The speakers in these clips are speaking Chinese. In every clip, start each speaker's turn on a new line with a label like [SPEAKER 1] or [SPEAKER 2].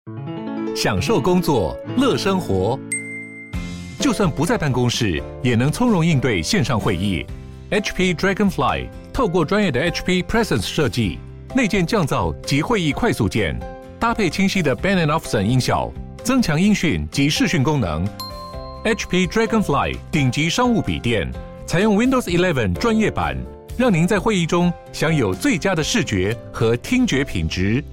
[SPEAKER 1] 享受工作，乐生活。就算不在办公室，也能从容应对线上会议。HP Dragonfly 透过专业的 HP Presence 设计，内建降噪及会议快速键，搭配清晰的 Bang & Olufsen 音效，增强音讯及视讯功能。HP Dragonfly 顶级商务笔电，采用 Windows 11专业版，让您在会议中享有最佳的视觉和听觉品质。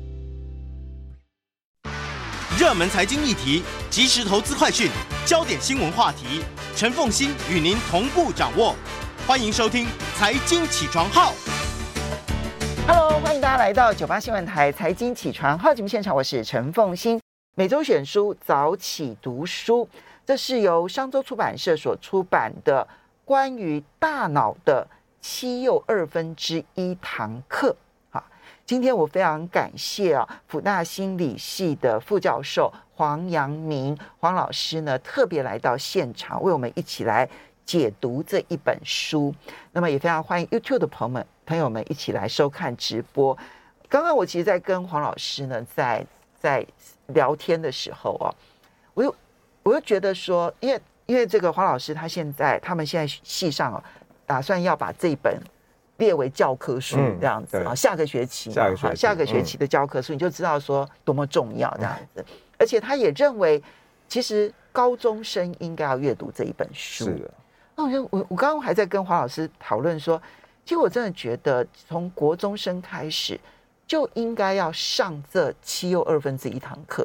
[SPEAKER 2] 热门财经议题、即时投资快讯、焦点新闻话题，陈凤馨与您同步掌握。欢迎收听《财经起床号》。
[SPEAKER 3] Hello， 欢迎大家来到98新闻台财经起床号节目现场，我是陈凤馨。每周选书早起读书，这是由商周出版社所出版的关于大脑的7又1/2堂课。今天我非常感谢辅大心理系的副教授黄阳明黄老师呢，特别来到现场为我们一起来解读这一本书。那么也非常欢迎 YouTube 的朋友们一起来收看直播。刚刚我其实在跟黄老师呢在聊天的时候我又觉得说，因为这个黄老师他们现在系上打算要把这一本列为教科书这样子下个学期的教科书，你就知道说多么重要这样子。而且他也认为，其实高中生应该要阅读这一本书。是的。那我刚刚还在跟黄老师讨论说，其实我真的觉得从国中生开始就应该要上这7又1/2堂课。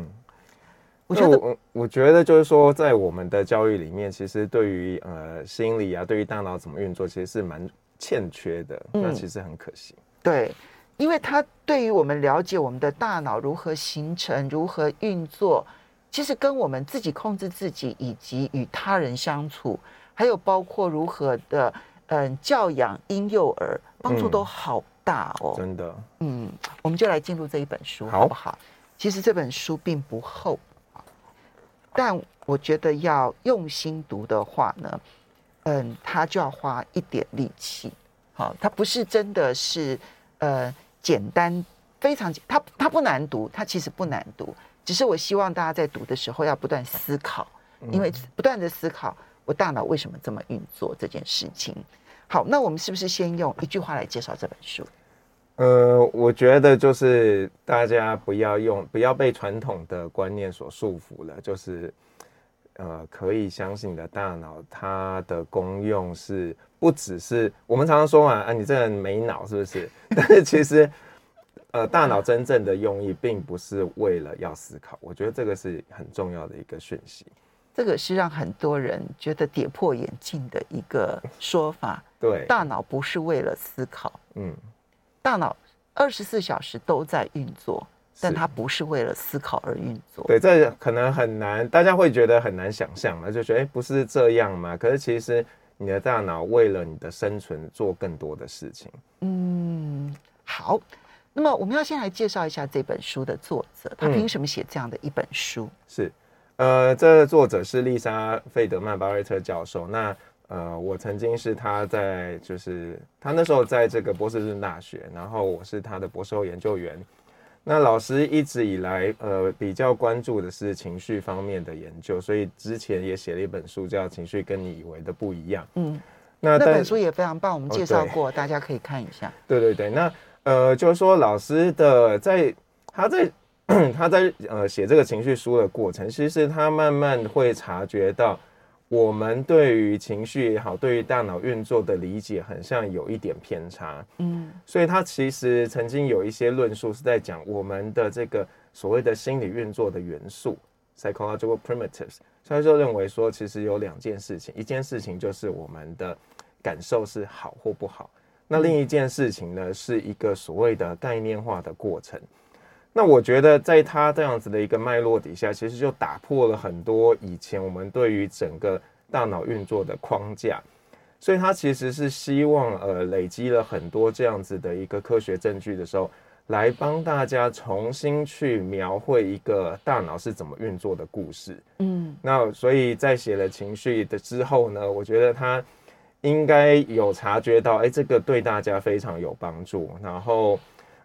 [SPEAKER 4] 我觉得就是说，在我们的教育里面，其实对于心理对于大脑怎么运作，其实是蛮欠缺的，那其实很可惜。
[SPEAKER 3] 对，因为它对于我们了解我们的大脑如何形成、如何运作，其实跟我们自己控制自己，以及与他人相处，还有包括如何的教养婴幼儿，帮助都好大哦。
[SPEAKER 4] 真的。
[SPEAKER 3] 我们就来进入这一本书，好不好？其实这本书并不厚，但我觉得要用心读的话呢，他就要花一点力气。好，他不是真的是简单非常他不难读，他其实不难读，只是我希望大家在读的时候要不断思考，因为不断的思考我大脑为什么这么运作这件事情。好，那我们是不是先用一句话来介绍这本书？
[SPEAKER 4] 我觉得就是大家不要被传统的观念所束缚了，就是可以相信你的大脑，它的功用是不只是我们常常说嘛，你这人没脑是不是？但是其实大脑真正的用意并不是为了要思考，我觉得这个是很重要的一个讯息。
[SPEAKER 3] 这个是让很多人觉得跌破眼镜的一个说法。
[SPEAKER 4] 对，
[SPEAKER 3] 大脑不是为了思考，大脑24小时都在运作，但它不是为了思考而运作。
[SPEAKER 4] 对，这可能很难，大家会觉得很难想象嘛，就觉得不是这样嘛。可是其实你的大脑为了你的生存做更多的事情。
[SPEAKER 3] 好，那么我们要先来介绍一下这本书的作者，他凭什么写这样的一本书？
[SPEAKER 4] 是，这个作者是丽莎·费德曼巴瑞特教授。那我曾经是他他那时候在这个波士顿大学，然后我是他的博士后研究员。那老师一直以来比较关注的是情绪方面的研究，所以之前也写了一本书叫《情绪跟你以为的不一样》。那
[SPEAKER 3] 本书也非常棒，我们介绍过，大家可以看一下。
[SPEAKER 4] 对，那就是说老师的他在写这个情绪书的过程，其实他慢慢会察觉到我们对于情绪也好，对于大脑运作的理解很像有一点偏差。所以他其实曾经有一些论述是在讲我们的这个所谓的心理运作的元素 psychological primitives。所以他就认为说其实有2件事情，一件事情就是我们的感受是好或不好，那另一件事情呢是一个所谓的概念化的过程。那我觉得在他这样子的一个脉络底下，其实就打破了很多以前我们对于整个大脑运作的框架。所以他其实是希望累积了很多这样子的一个科学证据的时候，来帮大家重新去描绘一个大脑是怎么运作的故事。那所以在写了情绪的之后呢，我觉得他应该有察觉到这个对大家非常有帮助。然后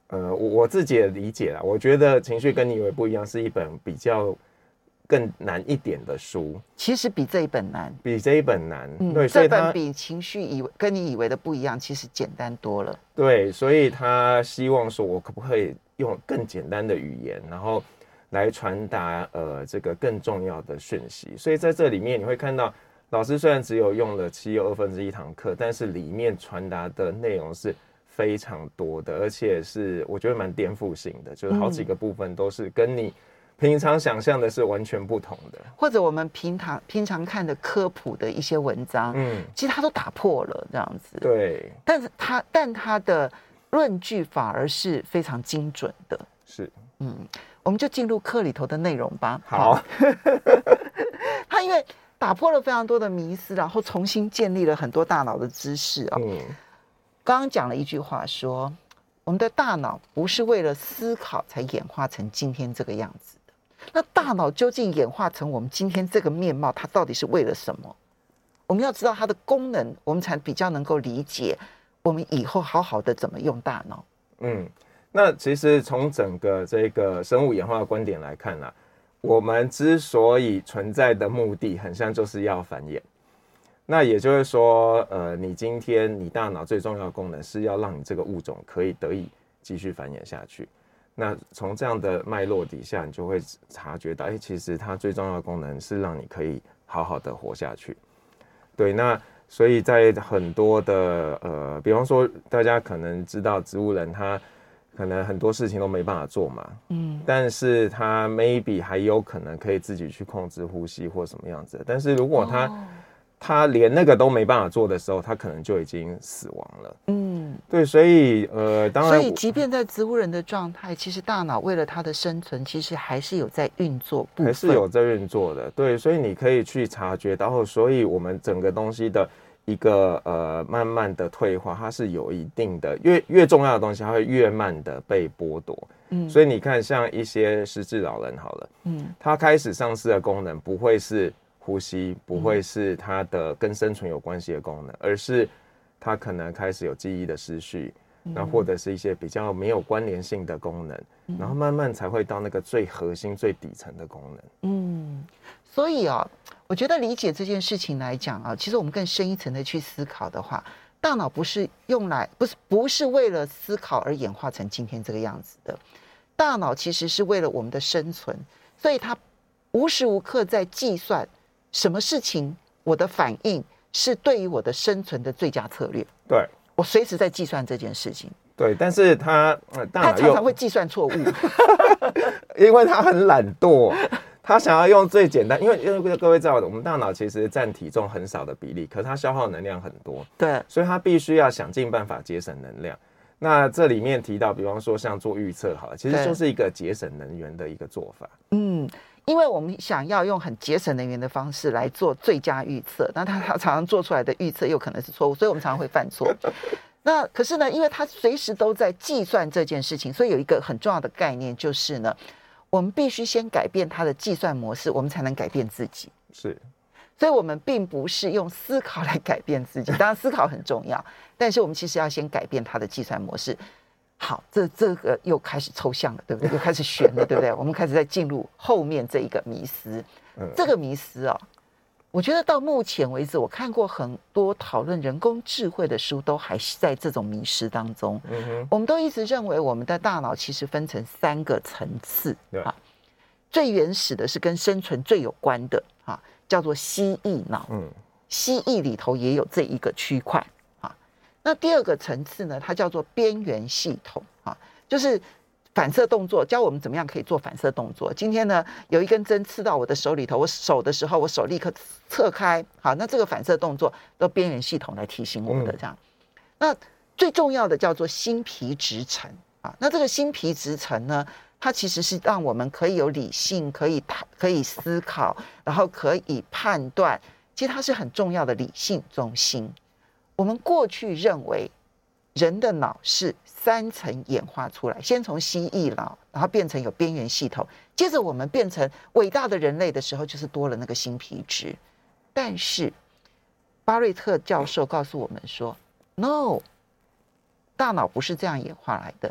[SPEAKER 4] 我自己的理解啦，我觉得情绪跟你以为不一样是一本比较更难一点的书，
[SPEAKER 3] 其实比这一本难，
[SPEAKER 4] 比这一本难。对，所
[SPEAKER 3] 这
[SPEAKER 4] 以
[SPEAKER 3] 本比情绪跟你以为的不一样，其实简单多了。
[SPEAKER 4] 对，所以他希望说，我可不可以用更简单的语言，然后来传达这个更重要的讯息。所以在这里面你会看到，老师虽然只有用了7又1/2堂课，但是里面传达的内容是非常多的，而且是我觉得蛮颠覆性的，就是好几个部分都是跟你平常想象的是完全不同的，
[SPEAKER 3] 或者我们平常看的科普的一些文章，其实它都打破了这样子。
[SPEAKER 4] 对，
[SPEAKER 3] 但它的论据反而是非常精准的。
[SPEAKER 4] 是，
[SPEAKER 3] 我们就进入课里头的内容吧。
[SPEAKER 4] 好，
[SPEAKER 3] 它因为打破了非常多的迷思，然后重新建立了很多大脑的知识啊。刚刚讲了一句话说，我们的大脑不是为了思考才演化成今天这个样子的。那大脑究竟演化成我们今天这个面貌，它到底是为了什么？我们要知道它的功能，我们才比较能够理解我们以后好好的怎么用大脑。
[SPEAKER 4] 那其实从整个这个生物演化的观点来看啊，我们之所以存在的目的，很像就是要繁衍。那也就是说，你今天你大脑最重要的功能是要让你这个物种可以得以继续繁衍下去。那从这样的脉络底下，你就会察觉到，其实它最重要的功能是让你可以好好的活下去。对，那所以在很多的比方说大家可能知道植物人他可能很多事情都没办法做嘛，但是他 maybe 还有可能可以自己去控制呼吸或什么样子的。但是如果他连那个都没办法做的时候，他可能就已经死亡了。对，所以当然，
[SPEAKER 3] 所以即便在植物人的状态，其实大脑为了它的生存，其实还是有在运作部分，
[SPEAKER 4] 还是有在运作的。对，所以你可以去察觉到，所以我们整个东西的一个慢慢的退化，它是有一定的越重要的东西，它会越慢的被剥夺。所以你看，像一些失智老人好了，他开始丧失的功能不会是呼吸，不会是它的跟生存有关系的功能，而是它可能开始有记忆的失序，那或者是一些比较没有关联性的功能，然后慢慢才会到那个最核心、最底层的功能。
[SPEAKER 3] 所以我觉得理解这件事情来讲其实我们更深一层的去思考的话，大脑不是用来不是为了思考而演化成今天这个样子的，大脑其实是为了我们的生存，所以它无时无刻在计算什么事情我的反应是对于我的生存的最佳策略。
[SPEAKER 4] 对，
[SPEAKER 3] 我随时在计算这件事情。
[SPEAKER 4] 对，但是大脑
[SPEAKER 3] 常常会计算错误，
[SPEAKER 4] 因为他很懒惰，他想要用最简单，因为各位知道的，我们大脑其实占体重很少的比例，可是它消耗能量很多，
[SPEAKER 3] 对，
[SPEAKER 4] 所以它必须要想尽办法节省能量。那这里面提到，比方说像做预测好了，其实就是一个节省能源的一个做法。
[SPEAKER 3] 因为我们想要用很节省能源的方式来做最佳预测，那他常常做出来的预测又可能是错误，所以我们常常会犯错。那可是呢，因为他随时都在计算这件事情，所以有一个很重要的概念就是呢，我们必须先改变他的计算模式，我们才能改变自己。
[SPEAKER 4] 是，
[SPEAKER 3] 所以我们并不是用思考来改变自己，当然思考很重要，但是我们其实要先改变他的计算模式。好，这个又开始抽象了，对不对？又开始悬了，对不对？我们开始在进入后面这一个迷思。这个迷思我觉得到目前为止，我看过很多讨论人工智慧的书，都还是在这种迷失当中。我们都一直认为我们的大脑其实分成3个层次最原始的是跟生存最有关的叫做蜥蜴脑。蜥蜴里头也有这一个区块。那第2个层次呢，它叫做边缘系统就是反射动作，教我们怎么样可以做反射动作。今天呢，有一根针刺到我的手里头，我手的时候，我手立刻侧开。好，那这个反射动作都边缘系统来提醒我们的这样。那最重要的叫做新皮质层那这个新皮质层呢，它其实是让我们可以有理性，可以思考，然后可以判断。其实它是很重要的理性中心。我们过去认为人的脑是3层演化出来，先从蜥蜴脑，然后变成有边缘系统，接着我们变成伟大的人类的时候，就是多了那个新皮质。但是巴瑞特教授告诉我们说 ，No， 大脑不是这样演化来的。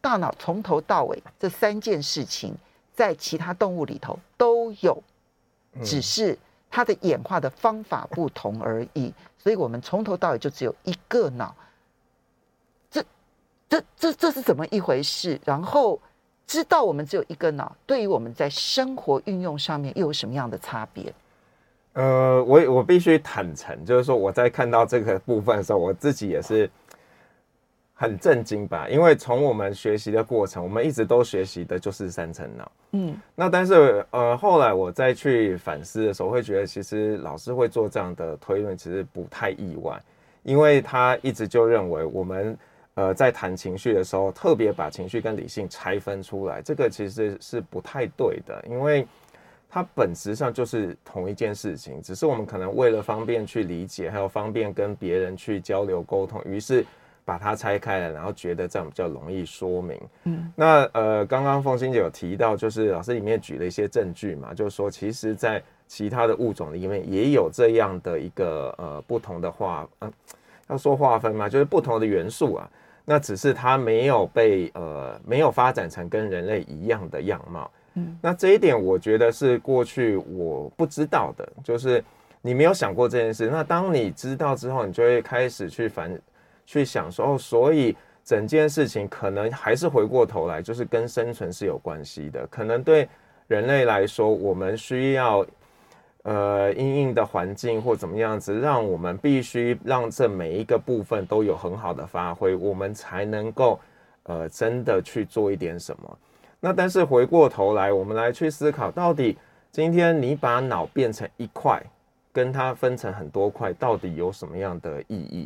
[SPEAKER 3] 大脑从头到尾这3件事情，在其他动物里头都有，只是它的演化的方法不同而已。所以我们从头到尾就只有一个脑，这是怎么一回事？然后知道我们只有一个脑，对于我们在生活运用上面又有什么样的差别？
[SPEAKER 4] 我必须坦诚，就是说我在看到这个部分的时候，我自己也是很震惊吧。因为从我们学习的过程，我们一直都学习的就是3层脑。那但是后来我再去反思的时候，会觉得其实老师会做这样的推论，其实不太意外，因为他一直就认为我们在谈情绪的时候，特别把情绪跟理性拆分出来，这个其实是不太对的，因为它本质上就是同一件事情，只是我们可能为了方便去理解，还有方便跟别人去交流沟通，于是把它拆开来，然后觉得这样比较容易说明。那刚刚凤馨姐有提到，就是老师里面举了一些证据嘛，就是说其实在其他的物种里面也有这样的一个不同的要说划分嘛，就是不同的元素啊。那只是它没有没有发展成跟人类一样的样貌。那这一点我觉得是过去我不知道的，就是你没有想过这件事。那当你知道之后，你就会开始去想说，所以整件事情可能还是回过头来，就是跟生存是有关系的。可能对人类来说，我们需要因应的环境或怎么样子，让我们必须让这每一个部分都有很好的发挥，我们才能够真的去做一点什么。那但是回过头来，我们来去思考，到底今天你把脑变成一块，跟它分成很多块，到底有什么样的意义？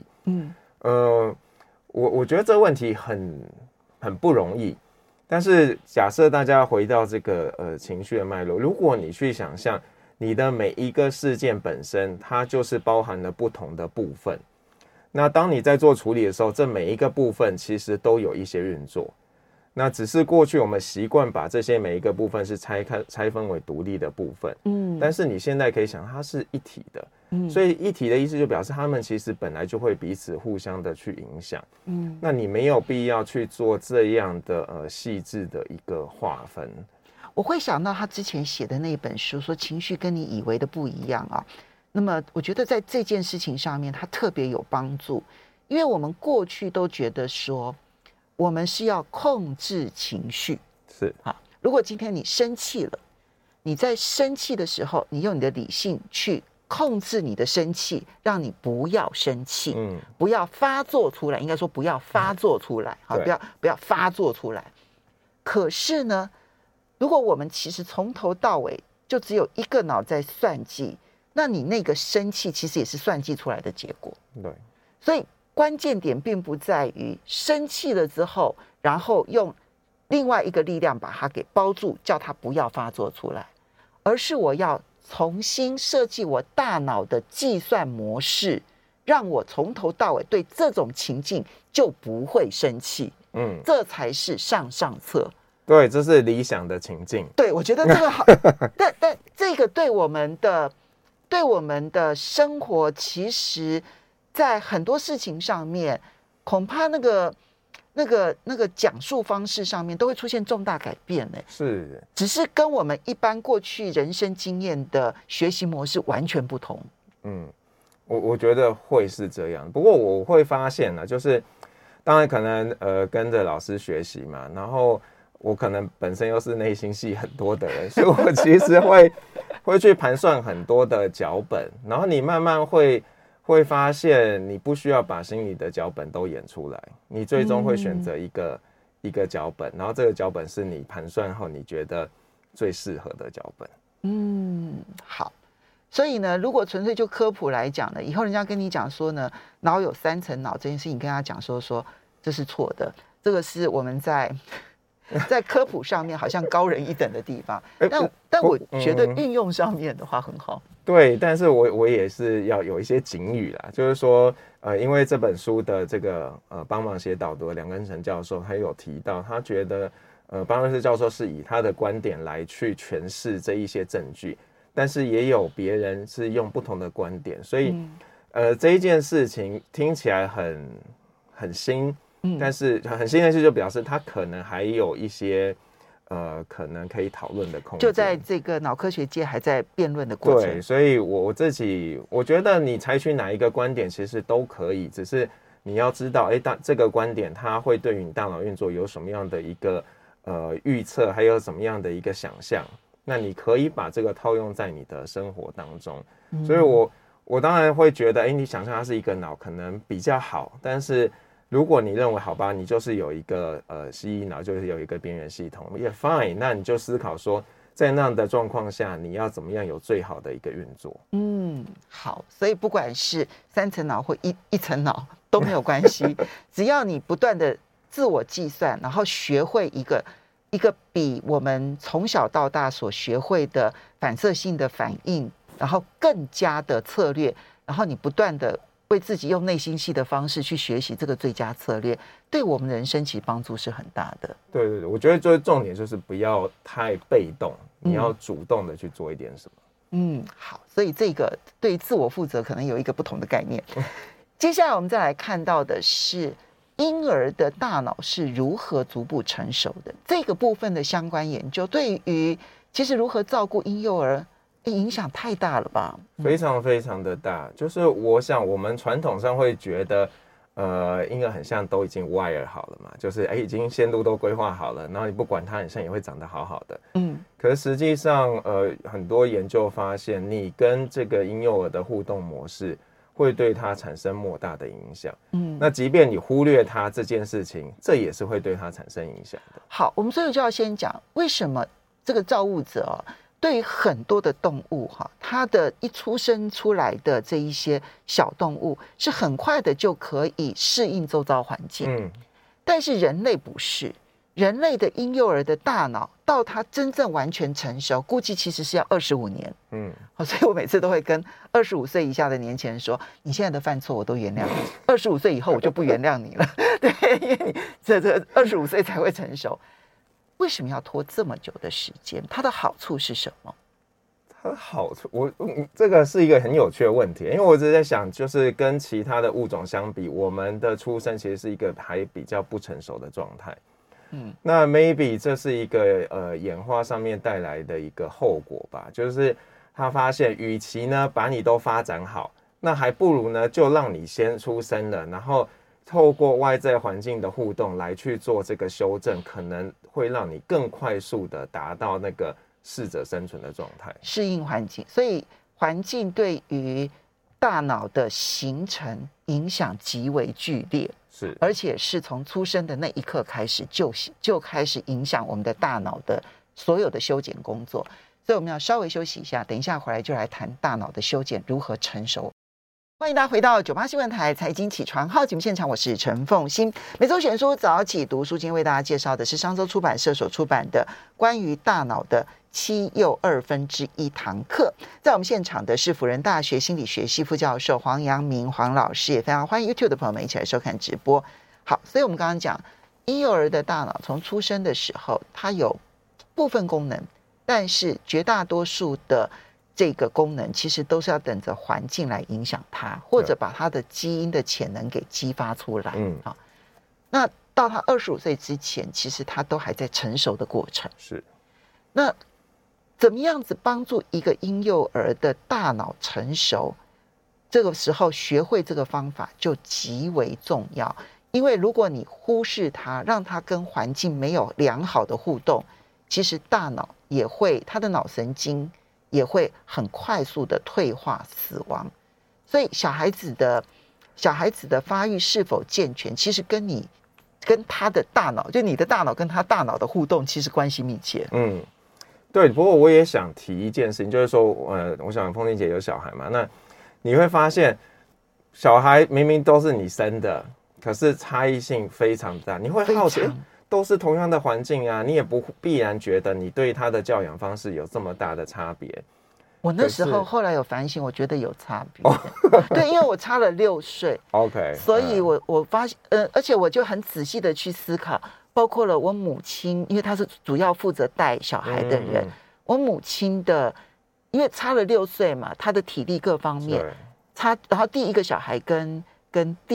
[SPEAKER 4] 我觉得这个问题很不容易。但是假设大家回到这个情绪的脉络，如果你去想象你的每一个事件本身，它就是包含了不同的部分。那当你在做处理的时候，这每一个部分其实都有一些运作。那只是过去我们习惯把这些每一个部分是拆分为独立的部分，但是你现在可以想它是一体的，所以一体的意思就表示他们其实本来就会彼此互相的去影响，那你没有必要去做这样的细致的一个划分。
[SPEAKER 3] 我会想到他之前写的那一本书，说情绪跟你以为的不一样啊。那么我觉得在这件事情上面，他特别有帮助，因为我们过去都觉得说，我们是要控制情绪，
[SPEAKER 4] 是
[SPEAKER 3] 啊。如果今天你生气了，你在生气的时候，你用你的理性去控制你的生气，让你不要生气，不要发作出来，应该说不要发作出来，好，不要发作出来。可是呢，如果我们其实从头到尾就只有一个脑在算计，那你那个生气其实也是算计出来的结果。
[SPEAKER 4] 对，
[SPEAKER 3] 所以关键点并不在于生气了之后，然后用另外一个力量把它给包住，叫它不要发作出来，而是我要重新设计我大脑的计算模式，让我从头到尾对这种情境就不会生气。这才是上策。
[SPEAKER 4] 对，这是理想的情境。
[SPEAKER 3] 对，我觉得这个好，但这个对我们的生活，其实在很多事情上面，恐怕那个讲述方式上面都会出现重大改变呢。
[SPEAKER 4] 是，只
[SPEAKER 3] 是跟我们一般过去人生经验的学习模式完全不同。
[SPEAKER 4] 我觉得会是这样。不过我会发现呢，就是当然可能跟着老师学习嘛，然后我可能本身又是内心戏很多的人，所以我其实会去盘算很多的脚本，然后你慢慢会发现，你不需要把心里的脚本都演出来，你最终会选择一个脚本，然后这个脚本是你盘算后你觉得最适合的脚本。
[SPEAKER 3] 好。所以呢，如果纯粹就科普来讲呢，以后人家跟你讲说呢，脑有3层脑这件事情，跟他讲说这是错的，这个是我们在科普上面好像高人一等的地方。但我觉得运用上面的话很好。
[SPEAKER 4] 对，但是我也是要有一些警语啦，就是说因为这本书的这个帮忙写导读的梁根成教授，他有提到，他觉得邦瑞斯教授是以他的观点来去诠释这一些证据。但是也有别人是用不同的观点，所以这一件事情听起来很新， 但是很新的是就表示它可能还有一些可能可以讨论的空间，
[SPEAKER 3] 就在这个脑科学界还在辩论的过程。
[SPEAKER 4] 对，所以我自己我觉得你采取哪一个观点其实都可以，只是你要知道，这个观点它会对于你大脑运作有什么样的一个预测，还有什么样的一个想象，那你可以把这个套用在你的生活当中。所以我当然会觉得，你想象它是一个脑可能比较好，但是如果你认为好吧，你就是有一个蜥蜴脑，就是有一个边缘系统也 fine， 那你就思考说，在那样的状况下，你要怎么样有最好的一个运作？
[SPEAKER 3] 好，所以不管是3层脑或一层脑都没有关系，只要你不断的自我计算，然后学会一个比我们从小到大所学会的反射性的反应，然后更加的策略，然后你不断的为自己用内心戏的方式去学习这个最佳策略，对我们人生其实帮助是很大的。
[SPEAKER 4] 对，我觉得就是重点就是不要太被动，你要主动的去做一点什么。
[SPEAKER 3] 好，所以这个对自我负责可能有一个不同的概念。接下来我们再来看到的是婴儿的大脑是如何逐步成熟的这个部分的相关研究，对于其实如何照顾婴幼儿影响太大了吧？
[SPEAKER 4] 非常非常的大。就是我想我们传统上会觉得婴儿很像都已经 wire 好了嘛，就是已经线路都规划好了，然后你不管它很像也会长得好好的。可是实际上很多研究发现，你跟这个婴幼儿的互动模式会对它产生莫大的影响。那即便你忽略它这件事情，这也是会对它产生影响的。
[SPEAKER 3] 好，我们所以就要先讲为什么这个造物者对于很多的动物它的一出生出来的这一些小动物是很快的就可以适应周遭环境。但是人类不是，人类的婴幼儿的大脑到他真正完全成熟，估计其实是要25年。所以我每次都会跟25岁以下的年轻人说，你现在的犯错我都原谅你，25岁以后我就不原谅你了。对，因为你这25岁才会成熟。为什么要拖这么久的时间？它的好处是什么？
[SPEAKER 4] 它的好处，这个是一个很有趣的问题，因为我一直在想，就是跟其他的物种相比，我们的出生其实是一个还比较不成熟的状态。那 maybe 这是一个演化上面带来的一个后果吧，就是他发现，与其呢把你都发展好，那还不如呢就让你先出生了，然后透过外在环境的互动来去做这个修正，可能会让你更快速的达到那个适者生存的状态，
[SPEAKER 3] 适应环境。所以环境对于大脑的形成影响极为剧烈，
[SPEAKER 4] 是，
[SPEAKER 3] 而且是从出生的那一刻开始就开始影响我们的大脑的所有的修剪工作。所以我们要稍微休息一下，等一下回来就来谈大脑的修剪如何成熟。欢迎大家回到98新闻台财经起床号节目现场，我是陈凤馨。每周选书早起读书，今天为大家介绍的是商周出版社所出版的关于大脑的7又1/2堂课。在我们现场的是辅仁大学心理学系副教授黄阳明黄老师，也非常欢迎 YouTube 的朋友们一起来收看直播。好，所以我们刚刚讲婴幼儿的大脑从出生的时候，它有部分功能，但是绝大多数的这个功能其实都是要等着环境来影响它，或者把它的基因的潜能给激发出来。那到他25岁之前，其实他都还在成熟的过程。
[SPEAKER 4] 是，
[SPEAKER 3] 那怎么样子帮助一个婴幼儿的大脑成熟？这个时候学会这个方法就极为重要，因为如果你忽视它，让它跟环境没有良好的互动，其实大脑也会，他的脑神经也会很快速的退化死亡。所以小孩子的发育是否健全，其实跟他的大脑，就你的大脑跟他大脑的互动其实关系密切。
[SPEAKER 4] 对。不过我也想提一件事情，就是说我想凤馨姐有小孩嘛，那你会发现小孩明明都是你生的，可是差异性非常大，你会好奇都是同样的环境啊，你也不必然觉得你对他的教养方式有这么大的差别。
[SPEAKER 3] 我那时候后来有反省，我觉得有差别。对，因为我差了6岁
[SPEAKER 4] ，OK，
[SPEAKER 3] 所以我发现，而且我就很仔细的去思考，包括了我母亲，因为她是主要负责带小孩的人，我母亲的，因为差了6岁嘛，她的体力各方面差，然后第一个小孩跟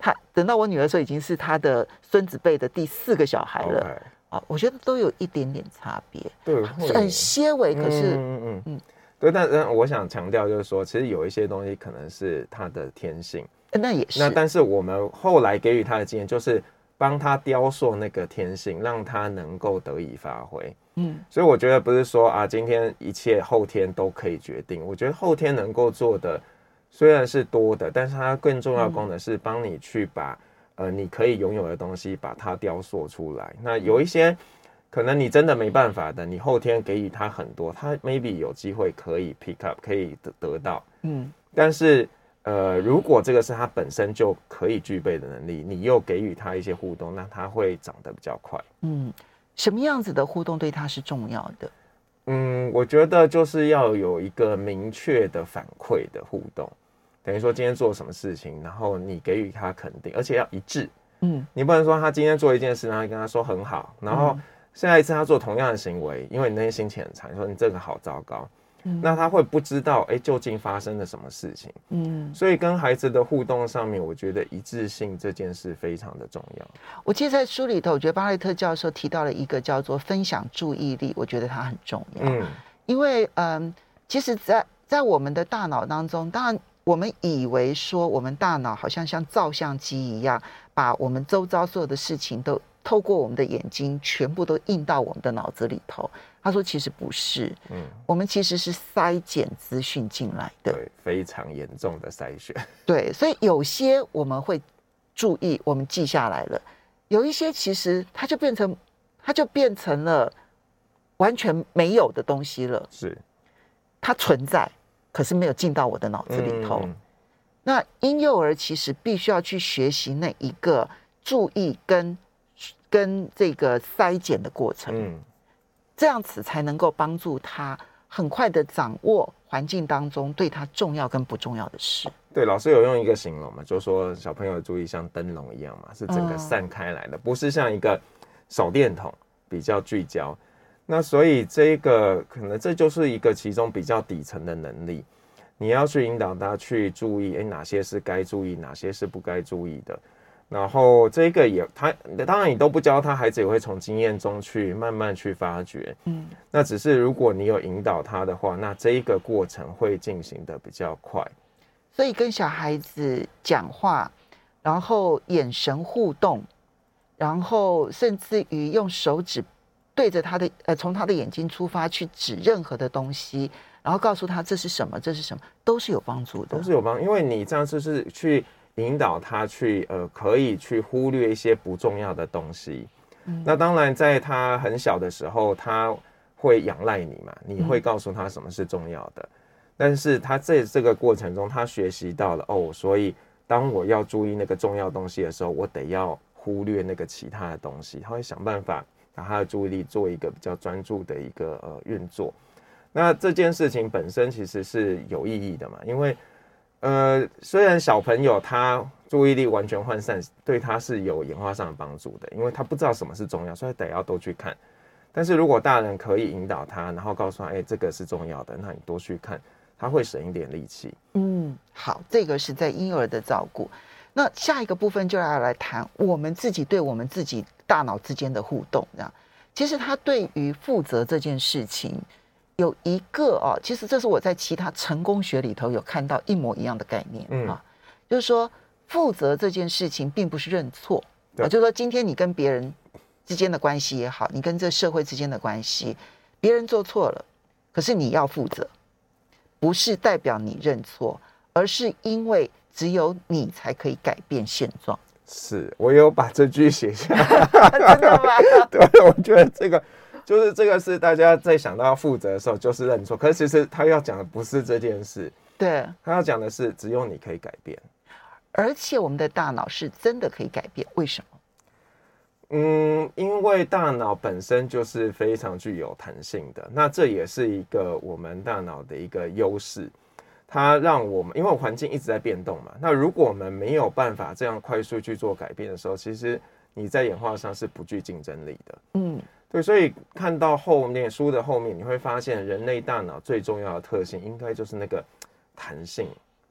[SPEAKER 3] 他等到我女儿的时候，已经是他的孙子辈的第4个小孩了。我觉得都有一点点差别，
[SPEAKER 4] 对，
[SPEAKER 3] 很些微，可是
[SPEAKER 4] 对，但我想强调就是说，其实有一些东西可能是他的天性，
[SPEAKER 3] 那也是。
[SPEAKER 4] 那但是我们后来给予他的经验，就是帮他雕塑那个天性，让他能够得以发挥。所以我觉得不是说啊，今天一切后天都可以决定。我觉得后天能够做的虽然是多的，但是它更重要的功能是帮你去把你可以拥有的东西把它雕塑出来。那有一些可能你真的没办法的，你后天给予他很多，他 maybe 有机会可以 pick up， 可以得到。但是如果这个是他本身就可以具备的能力，你又给予他一些互动，那他会长得比较快。
[SPEAKER 3] 什么样子的互动对他是重要的？
[SPEAKER 4] 我觉得就是要有一个明确的反馈的互动，等于说今天做什么事情，然后你给予他肯定，而且要一致。你不能说他今天做一件事，然后你跟他说很好，然后下一次他做同样的行为，因为你那天心情很差，你说你这个好糟糕，那他会不知道究竟发生了什么事情。所以跟孩子的互动上面，我觉得一致性这件事非常的重要。
[SPEAKER 3] 我记得在书里头，我觉得巴雷特教授提到了一个叫做分享注意力，我觉得它很重要。因为其实在我们的大脑当中，当然我们以为说我们大脑好像照相机一样，把我们周遭所有的事情都透过我们的眼睛全部都印到我们的脑子里头。他说其实不是，我们其实是筛减资讯进来的，
[SPEAKER 4] 对，非常严重的筛选。
[SPEAKER 3] 对，所以有些我们会注意，我们记下来了，有一些其实它就变成了完全没有的东西了，
[SPEAKER 4] 是
[SPEAKER 3] 它存在，可是没有进到我的脑子里头。那婴幼儿其实必须要去学习那一个注意跟这个筛减的过程，这样子才能够帮助他很快的掌握环境当中对他重要跟不重要的事。
[SPEAKER 4] 对，老师有用一个形容嘛，就说小朋友的注意像灯笼一样嘛，是整个散开来的，不是像一个手电筒比较聚焦。那所以这个可能这就是一个其中比较底层的能力，你要去引导他去注意，哪些是该注意，哪些是不该注意的。然后这个他当然你都不教他，孩子也会从经验中去慢慢去发掘。那只是如果你有引导他的话，那这一个过程会进行的比较快。
[SPEAKER 3] 所以跟小孩子讲话，然后眼神互动，然后甚至于用手指对着他的从他的眼睛出发去指任何的东西，然后告诉他这是什么，这是什么，都是有帮助的，
[SPEAKER 4] 都是有帮助。因为你这样就是去引导他去可以去忽略一些不重要的东西。那当然在他很小的时候他会仰赖你嘛，你会告诉他什么是重要的。但是他在这个过程中他学习到了所以当我要注意那个重要东西的时候，我得要忽略那个其他的东西，他会想办法把他的注意力做一个比较专注的一个运作。那这件事情本身其实是有意义的嘛，因为虽然小朋友他注意力完全涣散，对他是有演化上的帮助的，因为他不知道什么是重要，所以得要都去看。但是如果大人可以引导他，然后告诉他，这个是重要的，那你多去看，他会省一点力气。
[SPEAKER 3] 好，这个是在婴幼儿的照顾。那下一个部分就要来谈我们自己对我们自己大脑之间的互动。这样，其实他对于负责这件事情有一个其实这是我在其他成功学里头有看到一模一样的概念就是说负责这件事情并不是认错就是说今天你跟别人之间的关系也好，你跟这社会之间的关系，别人做错了，可是你要负责，不是代表你认错，而是因为只有你才可以改变现状。
[SPEAKER 4] 是，我有把这句写下来
[SPEAKER 3] 真的吗？
[SPEAKER 4] 对，我觉得这个是大家在想到要负责的时候就是认错，可是其实他要讲的不是这件事，
[SPEAKER 3] 对，
[SPEAKER 4] 他要讲的是只有你可以改变，
[SPEAKER 3] 而且我们的大脑是真的可以改变。为什么？
[SPEAKER 4] 因为大脑本身就是非常具有弹性的，那这也是一个我们大脑的一个优势，它让我们因为环境一直在变动嘛，那如果我们没有办法这样快速去做改变的时候，其实你在演化上是不具竞争力的。对，所以看到后面书的后面，你会发现人类大脑最重要的特性应该就是那个弹性，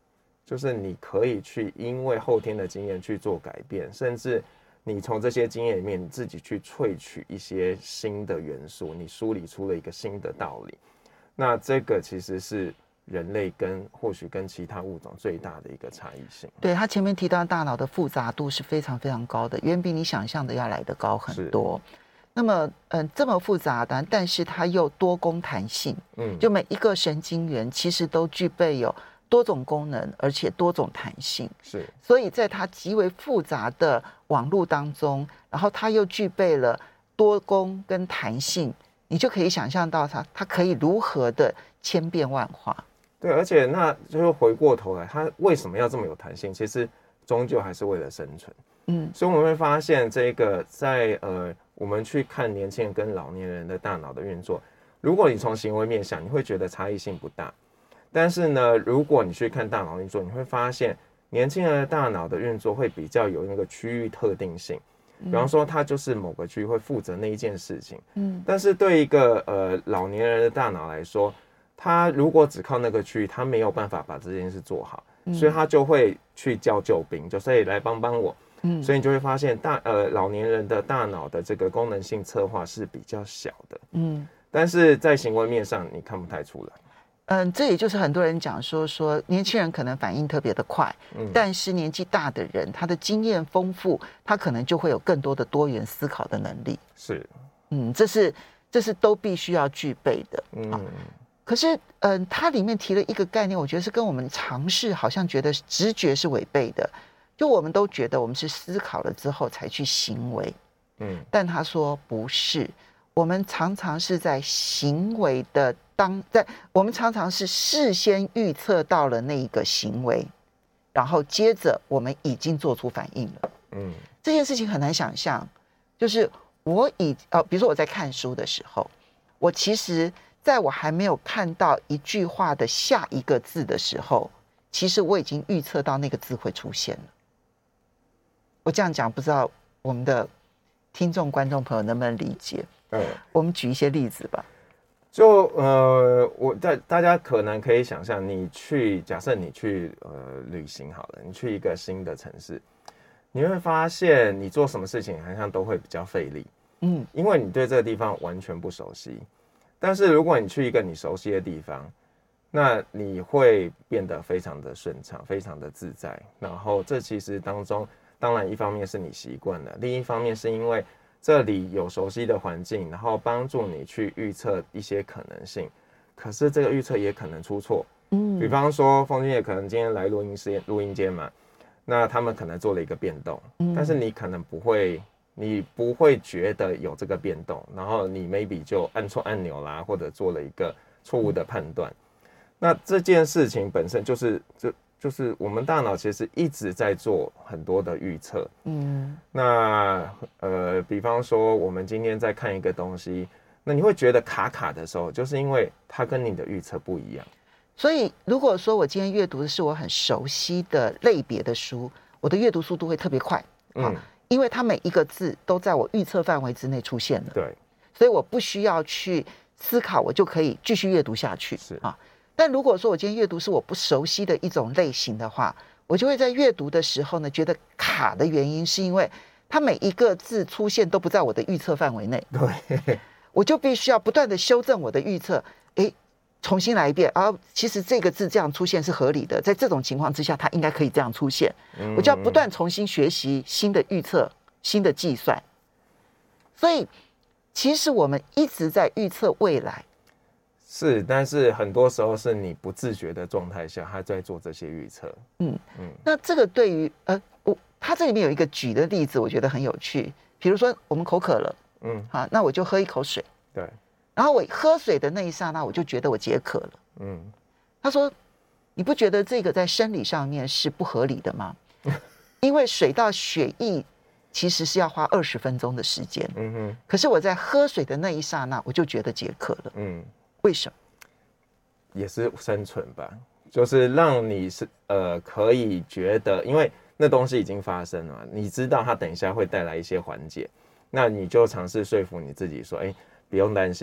[SPEAKER 4] 就是你可以去因为后天的经验去做改变，甚至你从这些经验里面你自己去萃取一些新的元素，你梳理出了一个新的道理。那这个其实是人类或许跟其他物种最大的一个差异性。
[SPEAKER 3] 对，他前面提到大脑的复杂度是非常非常高的，远比你想象的要来得高很多。那么这么复杂的，但是它又多功弹性，就每一个神经元其实都具备有多种功能，而且多种弹性。
[SPEAKER 4] 是，
[SPEAKER 3] 所以在它极为复杂的网络当中，然后它又具备了多功跟弹性，你就可以想象到它可以如何的千变万化。
[SPEAKER 4] 对，而且那就是回过头来，它为什么要这么有弹性？其实终究还是为了生存。所以我们会发现，这个在我们去看年轻人跟老年人的大脑的运作，如果你从行为面想，你会觉得差异性不大。但是呢，如果你去看大脑运作，你会发现年轻人的大脑的运作会比较有那个区域特定性。比方说，他就是某个区域会负责那一件事情。但是对一个老年人的大脑来说，他如果只靠那个区域，他没有办法把这件事做好，所以他就会去叫救兵，就所以来帮帮我。所以你就会发现老年人的大脑的这个功能性策划是比较小的。但是在行为面上你看不太出来。
[SPEAKER 3] 这也就是很多人讲说年轻人可能反应特别的快，但是年纪大的人他的经验丰富，他可能就会有更多的多元思考的能力。
[SPEAKER 4] 是，
[SPEAKER 3] 这是都必须要具备的。可是它里面提了一个概念，我觉得是跟我们常识好像觉得直觉是违背的。就我们都觉得我们是思考了之后才去行为，但他说不是，我们常常是在行为的我们常常是事先预测到了那一个行为，然后接着我们已经做出反应了。这件事情很难想象，就是比如说我在看书的时候，我其实在我还没有看到一句话的下一个字的时候，其实我已经预测到那个字会出现了。我这样讲，不知道我们的听众观众朋友能不能理解？我们举一些例子吧。
[SPEAKER 4] 就大家可能可以想象，假设你去旅行好了，你去一个新的城市，你会发现你做什么事情好像都会比较费力，因为你对这个地方完全不熟悉。但是如果你去一个你熟悉的地方，那你会变得非常的顺畅，非常的自在。然后这其实当中，当然一方面是你习惯了，另一方面是因为这里有熟悉的环境，然后帮助你去预测一些可能性。可是这个预测也可能出错。比方说凤君也可能今天来录音间嘛，那他们可能做了一个变动，但是你可能不会觉得有这个变动，然后你 maybe 就按错按钮啦，或者做了一个错误的判断。那这件事情本身就是我们大脑其实一直在做很多的预测。那比方说我们今天在看一个东西，那你会觉得卡卡的时候，就是因为它跟你的预测不一样。
[SPEAKER 3] 所以如果说我今天阅读的是我很熟悉的类别的书，我的阅读速度会特别快。因为它每一个字都在我预测范围之内出现了。
[SPEAKER 4] 对，
[SPEAKER 3] 所以我不需要去思考，我就可以继续阅读下去。但如果说我今天阅读是我不熟悉的一种类型的话，我就会在阅读的时候呢，觉得卡的原因是因为它每一个字出现都不在我的预测范围内。
[SPEAKER 4] 对，我
[SPEAKER 3] 就必须要不断的修正我的预测，重新来一遍。其实这个字这样出现是合理的，在这种情况之下，它应该可以这样出现。我就要不断重新学习新的预测、新的计算。所以，其实我们一直在预测未来。
[SPEAKER 4] 是，但是很多时候是你不自觉的状态下，他在做这些预测。
[SPEAKER 3] 那这个对于他这里面有一个举的例子，我觉得很有趣。比如说我们口渴了，那我就喝一口水，
[SPEAKER 4] 对，
[SPEAKER 3] 然后我喝水的那一刹那，我就觉得我解渴了。他说，你不觉得这个在生理上面是不合理的吗？因为水到血液其实是要花20分钟的时间。可是我在喝水的那一刹那，我就觉得解渴了。为什么？
[SPEAKER 4] 也是生存吧，就是让你是可以觉得，因为那东西已经发生了嘛，你知道它等一下会带来一些缓解，那你就尝试说服你自己说，不用担心，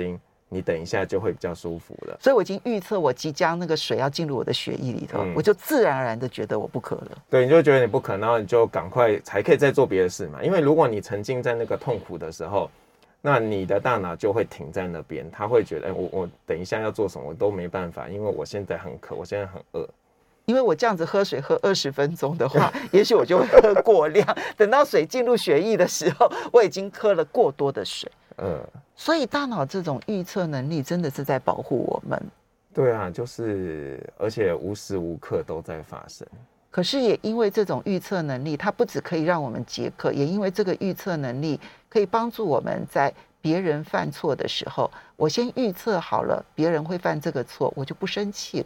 [SPEAKER 4] 你等一下就会比较舒服了。
[SPEAKER 3] 所以我已经预测我即将那个水要进入我的血液里头，我就自然而然的觉得我不渴了。
[SPEAKER 4] 对，你就觉得你不渴，然后你就赶快才可以再做别的事嘛。因为如果你沉浸在那个痛苦的时候，那你的大脑就会停在那边，他会觉得，我等一下要做什么我都没办法，因为我现在很渴，我现在很饿。
[SPEAKER 3] 因为我这样子喝水喝20分钟的话，也许我就会喝过量。等到水进入血液的时候，我已经喝了过多的水。所以大脑这种预测能力真的是在保护我们。
[SPEAKER 4] 对啊，就是而且无时无刻都在发生。
[SPEAKER 3] 可是也因为这种预测能力，它不只可以让我们解渴，也因为这个预测能力可以帮助我们在别人犯错的时候，我先预测好了别人会犯这个错，我就不生气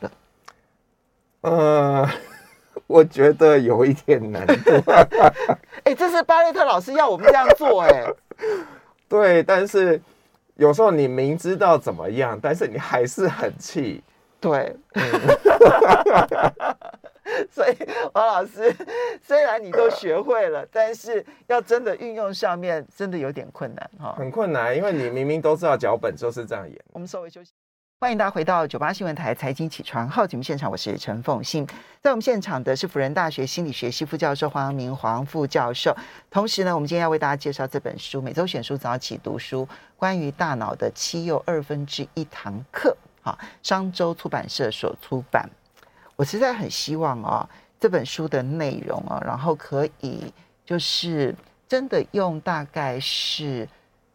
[SPEAKER 3] 了。
[SPEAKER 4] 我觉得有一点难度。
[SPEAKER 3] 这是巴雷特老师要我们这样做。
[SPEAKER 4] 对，但是有时候你明知道怎么样，但是你还是很气。
[SPEAKER 3] 对。所以王老师，虽然你都学会了，但是要真的运用上面真的有点困难。
[SPEAKER 4] 很困难，因为你明明都知道脚本就是这样演。
[SPEAKER 3] 我们稍微休息。欢迎大家回到98新闻台财经起床号节目现场，我是陈凤馨。在我们现场的是辅仁大学心理学系副教授黄阳明黄副教授。同时呢，我们今天要为大家介绍这本书，每周选书早起读书，关于大脑的7又1/2堂课，商周出版社所出版。我实在很希望这本书的内容然后可以就是真的用大概是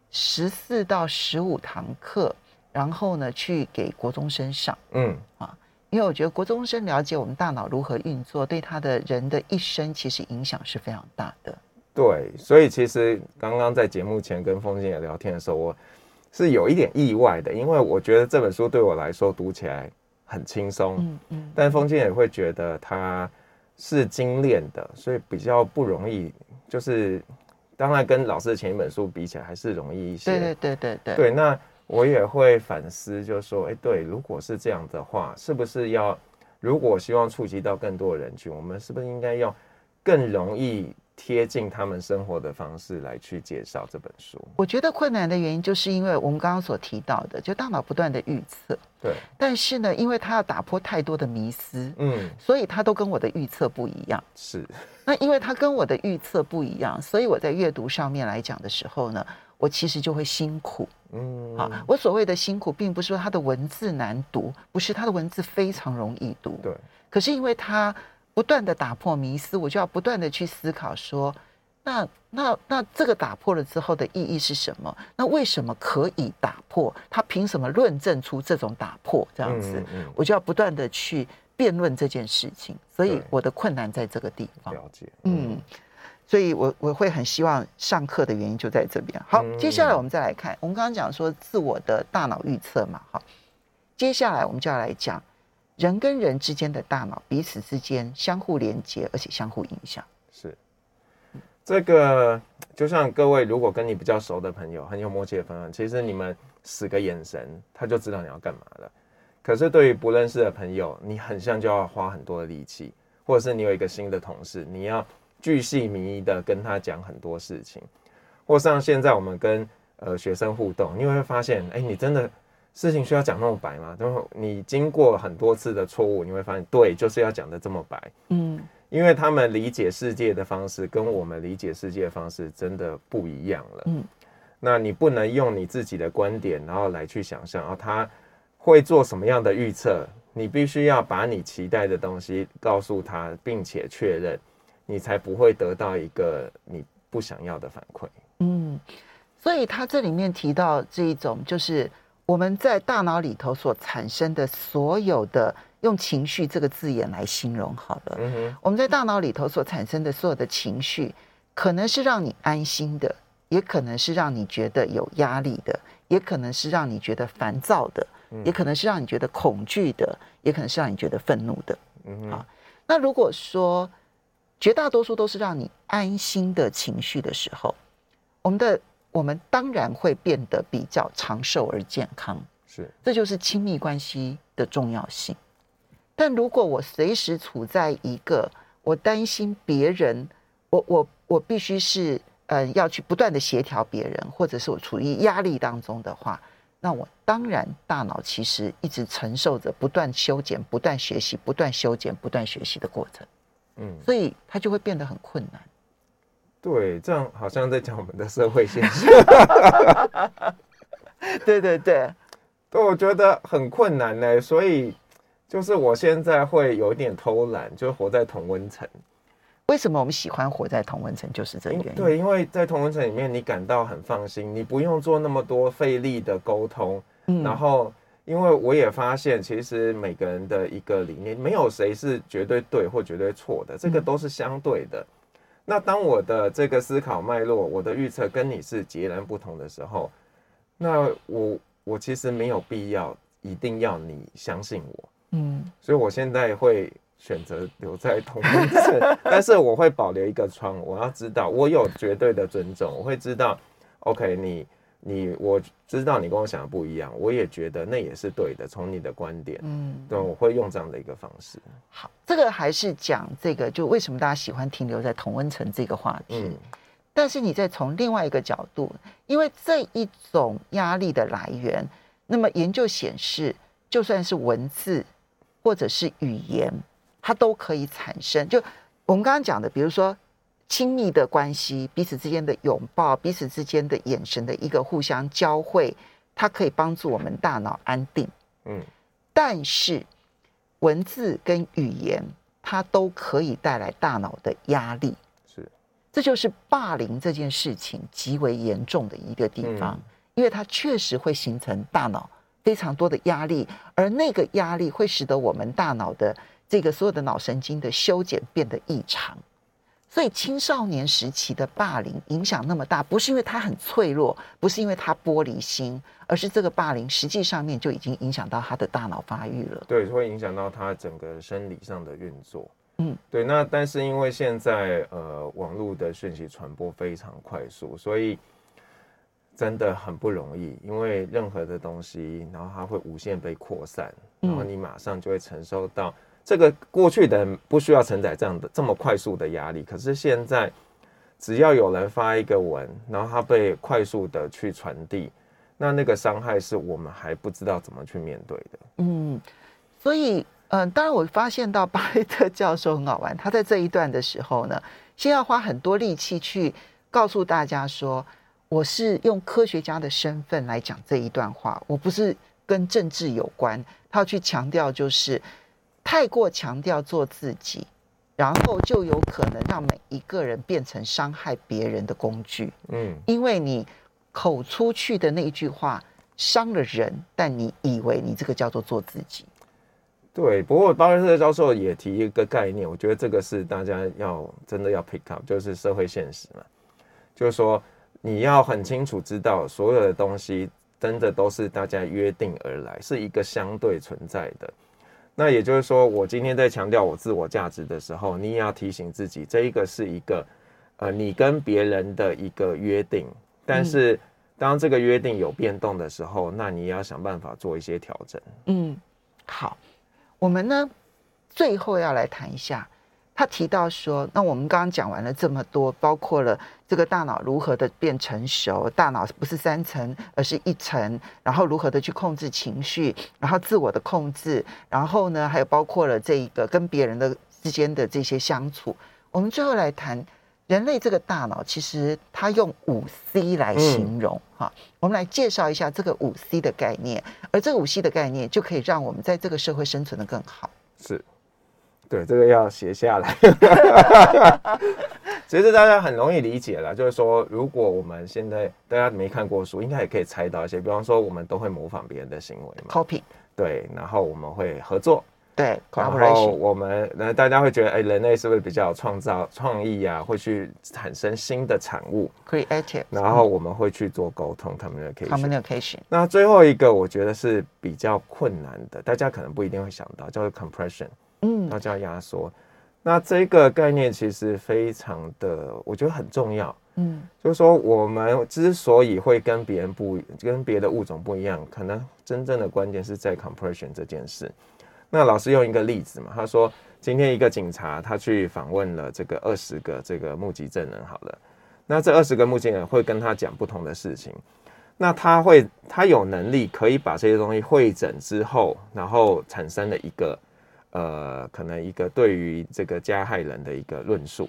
[SPEAKER 3] 14到15堂课，然后呢去给国中生上。因为我觉得国中生了解我们大脑如何运作，对他的人的一生其实影响是非常大的。
[SPEAKER 4] 对，所以其实刚刚在节目前跟凤馨也聊天的时候，我是有一点意外的，因为我觉得这本书对我来说读起来很轻松，但凤馨也会觉得它是精炼的，所以比较不容易，就是当然跟老师的前一本书比起来还是容易一些。对，那我也会反思，就是说，对，如果是这样的话，是不是要，如果希望触及到更多的人群，我们是不是应该用更容易贴近他们生活的方式来去介绍这本书？
[SPEAKER 3] 我觉得困难的原因就是因为我们刚刚所提到的，就大脑不断的预测。
[SPEAKER 4] 对。
[SPEAKER 3] 但是呢，因为它要打破太多的迷思，所以它都跟我的预测不一样。
[SPEAKER 4] 是。
[SPEAKER 3] 那因为它跟我的预测不一样，所以我在阅读上面来讲的时候呢，我其实就会辛苦。我所谓的辛苦，并不是说它的文字难读，不是，它的文字非常容易读。
[SPEAKER 4] 对。
[SPEAKER 3] 可是因为它不断的打破迷思，我就要不断的去思考说，那这个打破了之后的意义是什么？那为什么可以打破？他凭什么论证出这种打破？这样子，我就要不断的去辩论这件事情。所以我的困难在这个地方。
[SPEAKER 4] 了解。
[SPEAKER 3] 所以我会很希望上课的原因就在这边。好，接下来我们再来看，我们刚刚讲说自我的大脑预测嘛，好，接下来我们就要来讲人跟人之间的大脑彼此之间相互连接，而且相互影响。
[SPEAKER 4] 是。这个就像各位如果跟你比较熟的朋友，很有默契的朋友，其实你们使个眼神他就知道你要干嘛了。可是对于不认识的朋友，你很像就要花很多的力气，或者是你有一个新的同事，你要巨细靡遗的跟他讲很多事情，或像现在我们跟学生互动，你会发现你真的事情需要讲那么白吗？你经过很多次的错误，你会发现对，就是要讲的这么白。因为他们理解世界的方式跟我们理解世界的方式真的不一样了。那你不能用你自己的观点然后来去想象他会做什么样的预测，你必须要把你期待的东西告诉他，并且确认，你才不会得到一个你不想要的反馈。
[SPEAKER 3] 所以他这里面提到这一种，就是我们在大脑里头所产生的所有的，用情绪这个字眼来形容好了，我们在大脑里头所产生的所有的情绪，可能是让你安心的，也可能是让你觉得有压力的，也可能是让你觉得烦躁的，也可能是让你觉得恐惧的，也可能是让你觉得愤怒的。那如果说绝大多数都是让你安心的情绪的时候，我们当然会变得比较长寿而健康。这就是亲密关系的重要性。但如果我随时处在一个我担心别人，我必须是要去不断的协调别人，或者是我处于压力当中的话， 那我当然大脑其实一直承受着不断修剪、不断学习、不断修剪、不断学习的过程，所以它就会变得很困难。
[SPEAKER 4] 对，这样好像在讲我们的社会现象。
[SPEAKER 3] 对对对，
[SPEAKER 4] 对，我觉得很困难呢，所以就是我现在会有点偷懒，就活在同温层。
[SPEAKER 3] 为什么我们喜欢活在同温层？就是这个原因。
[SPEAKER 4] 对，因为在同温层里面，你感到很放心，你不用做那么多费力的沟通。然后，因为我也发现，其实每个人的一个理念，没有谁是绝对对或绝对错的，这个都是相对的。那当我的这个思考脉络，我的预测跟你是截然不同的时候，那我其实没有必要一定要你相信我。所以我现在会选择留在同温层，但是我会保留一个窗，我要知道我有绝对的尊重，我会知道 OK 我知道你跟我想的不一样，我也觉得那也是对的，从你的观点，对，我会用这样的一个方式。
[SPEAKER 3] 好，这个还是讲这个，就为什么大家喜欢停留在同温层这个话题。但是你再从另外一个角度，因为这一种压力的来源，那么研究显示，就算是文字或者是语言，它都可以产生。就我们刚刚讲的，比如说亲密的关系，彼此之间的拥抱，彼此之间的眼神的一个互相交汇，它可以帮助我们大脑安定。但是文字跟语言，它都可以带来大脑的压力。这就是霸凌这件事情极为严重的一个地方，因为它确实会形成大脑非常多的压力，而那个压力会使得我们大脑的这个所有的脑神经的修剪变得异常。所以青少年时期的霸凌影响那么大，不是因为他很脆弱，不是因为他玻璃心，而是这个霸凌实际上面就已经影响到他的大脑发育了。
[SPEAKER 4] 对，会影响到他整个生理上的运作。对，那但是因为现在网络的讯息传播非常快速，所以真的很不容易，因为任何的东西，然后它会无限被扩散，然后你马上就会承受到这个过去的人不需要承载这么快速的压力，可是现在只要有人发一个文，然后它被快速的去传递，那个伤害是我们还不知道怎么去面对的。
[SPEAKER 3] 所以当然我发现到巴雷特教授很好玩，他在这一段的时候呢，先要花很多力气去告诉大家说，我是用科学家的身份来讲这一段话，我不是跟政治有关。他要去强调，就是太过强调做自己，然后就有可能让每一个人变成伤害别人的工具。因为你口出去的那一句话伤了人，但你以为你这个叫做做自己。
[SPEAKER 4] 对，不过巴雷特教授也提一个概念，我觉得这个是大家真的要 pick up， 就是社会现实嘛，就是说你要很清楚知道所有的东西真的都是大家约定而来，是一个相对存在的。那也就是说，我今天在强调我自我价值的时候，你也要提醒自己，这一个是一个你跟别人的一个约定，但是当这个约定有变动的时候，那你也要想办法做一些调整。
[SPEAKER 3] 好，我们呢最后要来谈一下，他提到说，那我们刚刚讲完了这么多，包括了这个大脑如何的变成熟，大脑不是3层而是1层，然后如何的去控制情绪，然后自我的控制，然后呢还有包括了这个跟别人的之间的这些相处。我们最后来谈人类这个大脑，其实他用5C 来形容。我们来介绍一下这个5C 的概念，而这个5C 的概念就可以让我们在这个社会生存得更好。
[SPEAKER 4] 是，对，这个要写下来。其实大家很容易理解啦，就是说，如果我们现在大家没看过书，应该也可以猜到一些，比方说我们都会模仿别人的行为嘛
[SPEAKER 3] ，copy，
[SPEAKER 4] 对，然后我们会合作。
[SPEAKER 3] 对，
[SPEAKER 4] 然后我们大家会觉得，人类是不是比较有创意啊？会去产生新的产物
[SPEAKER 3] ，creative。然
[SPEAKER 4] 后我们会去做沟通 ，communication。那
[SPEAKER 3] communication。
[SPEAKER 4] 最后一个，我觉得是比较困难的，大家可能不一定会想到，叫做 compression。它叫压缩。那这个概念其实非常的，我觉得很重要。就是说我们之所以会跟别的物种不一样，可能真正的关键是在 compression 这件事。那老师用一个例子嘛，他说今天一个警察他去访问了这个20个这个目击证人好了，那这20个目击人会跟他讲不同的事情， 那他有能力可以把这些东西汇整之后，然后产生了一个可能一个对于这个加害人的一个论述。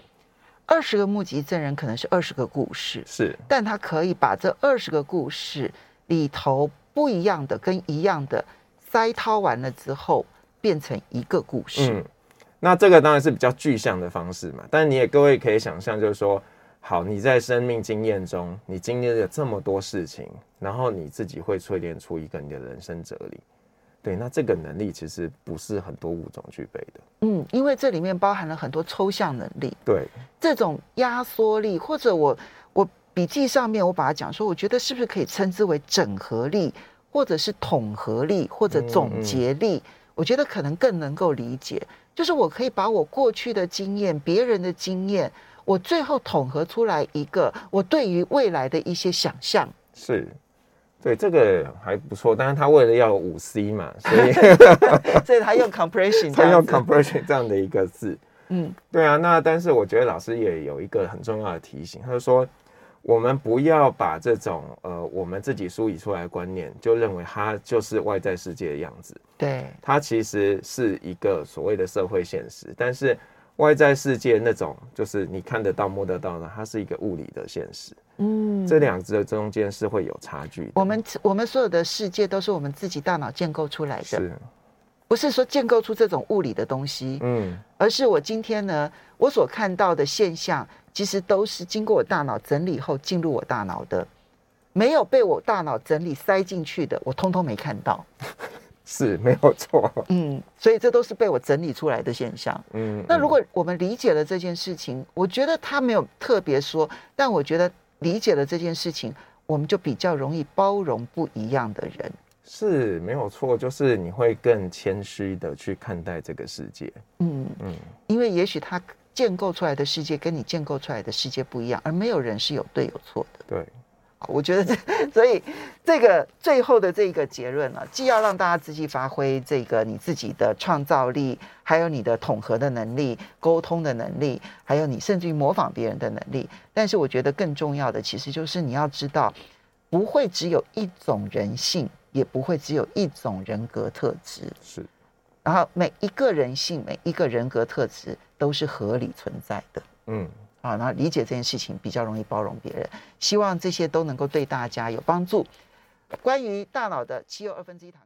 [SPEAKER 3] 20个目击证人可能是20个故事，
[SPEAKER 4] 是，
[SPEAKER 3] 但他可以把这20个故事里头不一样的跟一样的筛掏完了之后，变成一个故事。
[SPEAKER 4] 那这个当然是比较具象的方式嘛，但各位可以想象，就是说，好，你在生命经验中，你经历了这么多事情，然后你自己会淬炼出一个你的人生哲理。对，那这个能力其实不是很多物种具备的。
[SPEAKER 3] 因为这里面包含了很多抽象能力。
[SPEAKER 4] 对，
[SPEAKER 3] 这种压缩力，或者我笔记上面我把它讲说，我觉得是不是可以称之为整合力，或者是统合力，或者总结力？我觉得可能更能够理解，就是我可以把我过去的经验、别人的经验，我最后统合出来一个我对于未来的一些想象。
[SPEAKER 4] 是。对，这个还不错，但是他为了要有5C 嘛，
[SPEAKER 3] 所以他用 compression，
[SPEAKER 4] 他用 compression 这样的一个字。对啊，那但是我觉得老师也有一个很重要的提醒，他就说我们不要把这种我们自己梳理出来的观念，就认为它就是外在世界的样子。对，它其实是一个所谓的社会现实，但是外在世界那种就是你看得到摸得到的，它是一个物理的现实。这两者中间是会有差距的。
[SPEAKER 3] 我们所有的世界都是我们自己大脑建构出来的，
[SPEAKER 4] 是
[SPEAKER 3] 不是说建构出这种物理的东西？而是我今天呢，我所看到的现象，其实都是经过我大脑整理后进入我大脑的，没有被我大脑整理塞进去的，我通通没看到。
[SPEAKER 4] 是没有错。
[SPEAKER 3] 所以这都是被我整理出来的现象。那如果我们理解了这件事情，我觉得他没有特别说，但我觉得理解了这件事情，我们就比较容易包容不一样的人。
[SPEAKER 4] 是没有错，就是你会更谦虚的去看待这个世界。
[SPEAKER 3] 因为也许他建构出来的世界跟你建构出来的世界不一样，而没有人是有对有错的。
[SPEAKER 4] 对，
[SPEAKER 3] 我觉得所以这个最后的这个结论呢，既要让大家自己发挥这个你自己的创造力，还有你的统合的能力、沟通的能力，还有你甚至于模仿别人的能力。但是我觉得更重要的，其实就是你要知道，不会只有一种人性，也不会只有一种人格特质。
[SPEAKER 4] 是，
[SPEAKER 3] 然后每一个人性、每一个人格特质都是合理存在的。然后理解这件事情比较容易包容别人，希望这些都能够对大家有帮助。关于大脑的7又1/2堂。